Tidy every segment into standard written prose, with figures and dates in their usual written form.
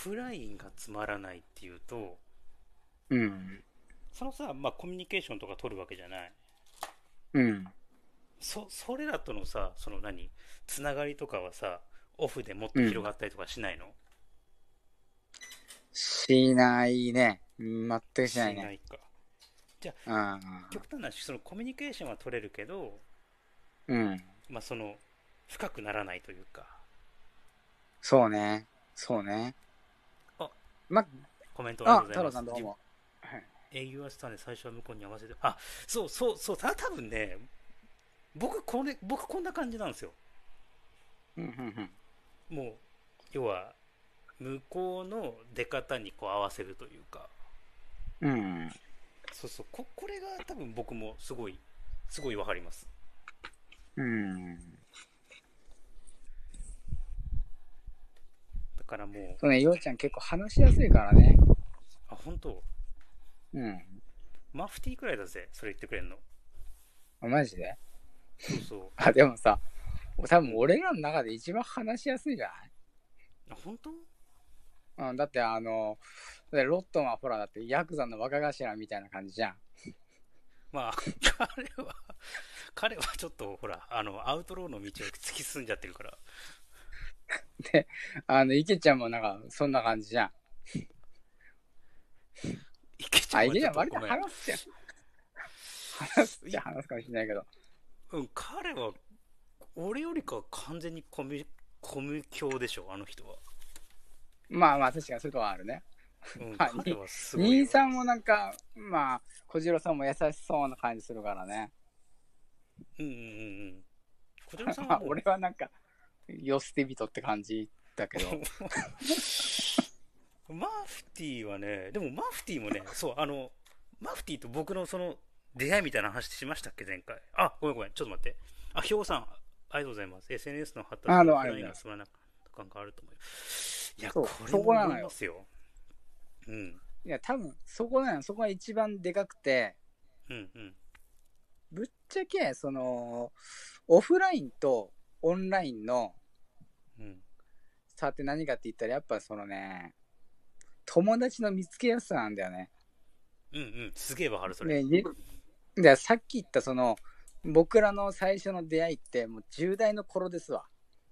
フラインがつまらないっていうと、 うん。 そのさ、まあコミュニケーションとか取るわけじゃない。 うん。 それらとのさ、そのつながりとかはさ、オフでもっとうん。 広がったりとかしないの？ しないね。全くしないね。 しないか。じゃあ、 うん。 極端な話、そのコミュニケーションは取れるけど、 うん。 まあ深くならないというか。 そうね。そうね。 あ、 ま、 コメントありがとうござい太郎ます。 さんどうも。はい。 営業はしたんで最初は向こうに合わせて、あ、そうそうそう、多分ね、僕こんな感じなんですよ。 うん、うん、 もう、要は、向こうの出方にこう合わせるというか、 うん。うん。 そうそう、これが多分僕もすごいわかります。 うん。 だからもう、 そうね、ようちゃん結構話しやすいからね。 あ、本当うん。 マフティーくらいだぜ、それ言ってくれんの。 あ、マジで。 そうそあ、でもさ、多う。うん。 分俺らの中で一番話しやすいじゃあ、本当？ ない。うん、だってロットンはほら、だってヤクザの若頭みたいな感じじゃん。 まあ、彼はちょっと、ほら、アウトローの道を突き進んじゃってるから。 で、池ちゃんもなんか、そんな感じじゃん。 池ちゃあ、 んは池ちゃん割とちょっとごめん。 話すじゃん。話すっちゃ話すかもしれないけど。 うん、彼は、俺よりかは完全にコミュ強でしょ、あの人は。 まあまあ、確かにそういうとこはあるね。 うん、 まあ、 彼はすごいよ。 兄さんもなんか、まあ、小次郎さんも優しそうな感じするからね。 うんうんうんうん。小次郎さんはまあ、 もう、 俺はなんか、世捨て人って感じだけど。 マフティーはね、でもマフティーもね、そう、マフティーと僕のその出会いみたいな話しましたっけ、前回。あ、ごめんごめん、ちょっと待って。あ、ひょうさん、ありがとうございます。SNS の発達でオフラインありがとうございます。 が進まなかった感があると思うよ。いや、 そう、そこれもこなのよ。 思いますよ。うん。 いや、多分、そこなの。そこが一番でかくて、 うんうん。 ぶっちゃけ、オフラインとオンラインのうん。 差って何かって言ったら、やっぱ友達の見つけやすさなんだよね。 うんうん。すげえわかる、それ。 ね、で、さっき言った僕らの最初の出会いってもう10代の頃ですわ。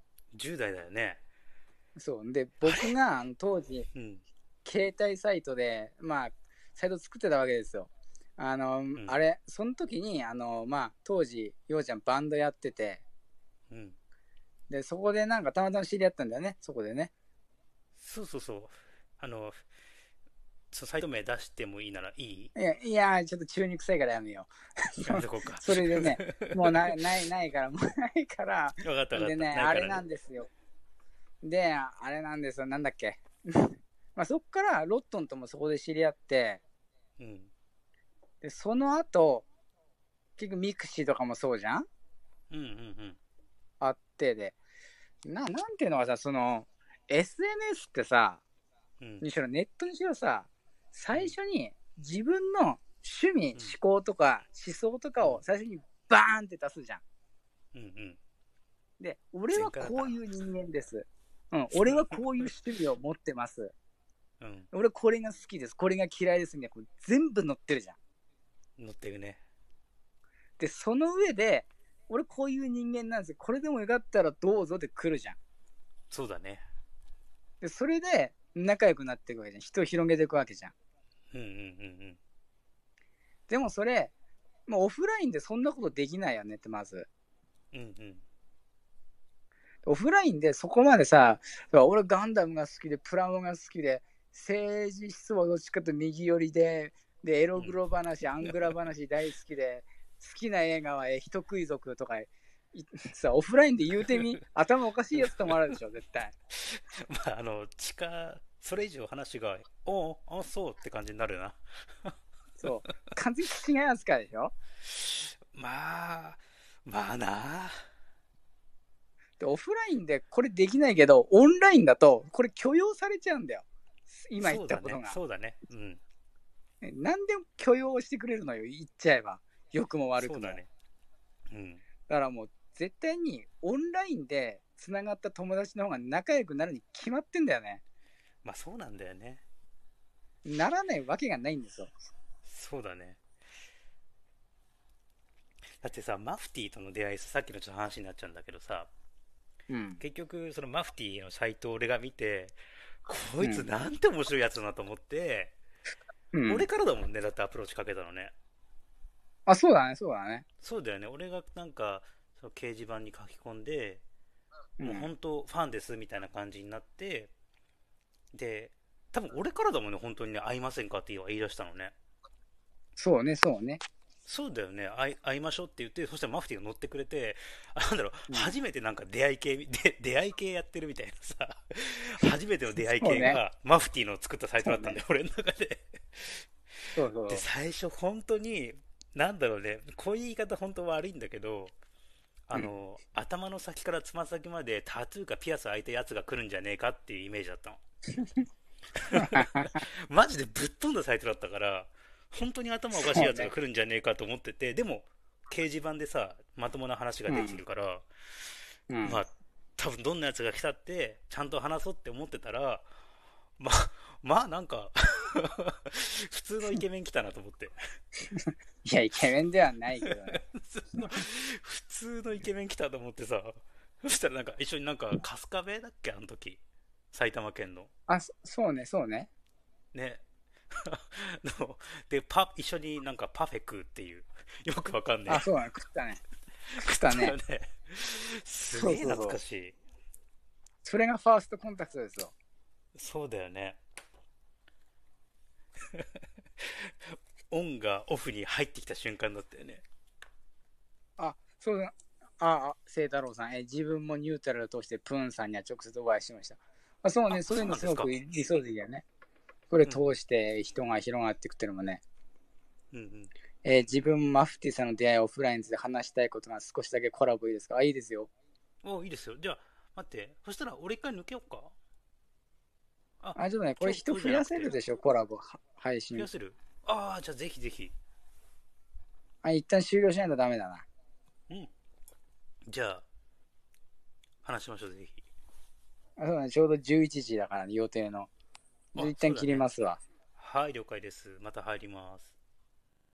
10代だよね。 そう。で、 あれ僕が当時、 うん。 携帯サイトで、まあ、サイト作ってたわけですよ。 うん。 あれ、その時に、まあ、当時、ようちゃんバンドやってて、 うん。 で、そこでなんかたまたま知り合ったんだよね、そこでね。 そうそうそう。あの、サイト名出してもいいならいい？ いや、ちょっと中に臭いからやめよう。 やめとこうか。 それでね、もうないから、もうないから、 わかったわかった。 でね、あれなないからね。 んですよ。で、あれなんですよ、なんだっけ。まあそっからロットンともそこで知り合って、 うん。 で、その後、結局ミクシーとかもそうじゃんうんうんうん。 あってで、なんていうのかさ、SNS ってさ、 うん。 にしろネットにしろさ、 うん。 最初に自分の趣味、 うん。 思考とか思想とかうん。 を最初にバーンって出すじゃん。 うんうん。 で、俺は前回だったな。 こういう人間です。うん、俺はこういう趣味を持ってます。 うん。 俺これが好きです。これが嫌いですみたいな。全部載ってるじゃん。 乗ってるね。 で、その上で、俺こういう人間なんですよ。これでもよかったらどうぞって来るじゃん。 そうだね。 で、それで仲良くなっていくわけじゃん。人を広げていくわけじゃん。 うんうんうんでもそれ、もうオフラインでそんなことできないよねって、まず。 うん。うんうん。 オフラインでそこまでさ、俺ガンダムが好きで、プラモが好きで、政治思想はどっちかと右寄りで、エログロ話、アングラ話大好きで、好きな映画は人食い族とか、さ、オフラインで言うてみ、頭おかしいやつともあるでしょ、絶対。 まあ、それ以上話が、そうって感じになるな。 そう。完全に違い扱いでしょ。 まあ、まあな。 で、オフラインでこれできないけど、オンラインだと、これ許容されちゃうんだよ。今言っそうだね。 たことが。 そうだね。うん。 何でも許容してくれるのよ、言っちゃえば。良くも悪くも。 そうだね。うん。 だからもう、絶対にオンラインでつながった友達の方が仲良くなるに決まってんだよね。 まあそうなんだよね。 ならないわけがないんですよ。 そうだね。だってさ、マフティーとの出会いさ、さっきのちょっと話になっちゃうんだけどさ、 うん。 結局そのマフティーのサイトを俺が見て、こいつうん。 なんて面白いやつだなと思って、 うん。 俺からだもんね、だってアプローチかけたのね。 あ、そうだね、そうだね。 そうだよね。俺がなんか、その掲示板に書き込んで、もううん。 本当ファンですみたいな感じになって、で、多分俺からだもんね、本当にね、会いませんかって言い出したのね。 そうね、そうね。 そうだよね、会いましょうって言って、そしたらマフティーが乗ってくれて、なんだろう、 うん。 初めてなんか出会い系やってるみたいなさ、初めての出会いそうね。 系がマフティーの作ったサイトそうね。 だったんだよ、俺の中で。で、 そうそう。 最初本当に、なんだろうね、こういう言い方本当悪いんだけど、 うん。 頭の先からつま先までタトゥーかピアス開いたやつが来るんじゃねえかっていうイメージだったの。マジでぶっ飛んだサイトだったから、本当に頭おかしいやつがそうね。 来るんじゃねえかと思ってて、でも、掲示板でさ、まともな話ができうん。 るから、 うん。 まあ、多分どんなやつが来たって、ちゃんと話そうって思ってたら、まあ、まあなんか普通のイケメン来たなと思って。 いや、イケメンではないけどね。 普通のイケメン来たと思ってさ、そしたらなんか一緒になんか春日部だっけあの時。埼玉県の。 あ、そうね、そうね。 ね。ので、一緒になんかパフェ食うっていう。よくわかんねあ、 え。 そうだね。食ったね。食っ食ったね。 たよね。すそうげえ懐そうそう。 かしい。 それがファーストコンタクトですよ。 そうだよね。オンがオフに入ってきた瞬間だったよね。 あ、そうだ。清太郎さん。自分もニュートラルとしてプーンさんには直接お会いしました。そうあ、 ね、そういうのすごくそうなんですか。 理想的だよね。これうん。 通して人が広がっていくっていうのもね。 うんうん。 自分、マフティさんの出会いオフラインで話したいことが少しだけコラボいいですか？いいですよ。 お、いいですよ。じゃあ、待って。そしたら俺一回抜けようか。あ、 ちょっとね、これ人今日増やじゃなくて、 せるでしょ、コラボ、配信。 増やせる？ああ、じゃあぜひぜひ。 一旦終了しないとダメだな。 うん。じゃあ、話しましょう、ぜひ。 そうだね、ちょうど11時だからね、予定の。 あ、 一旦切りそうだね。 ますわ。 はい、了解です。また入ります。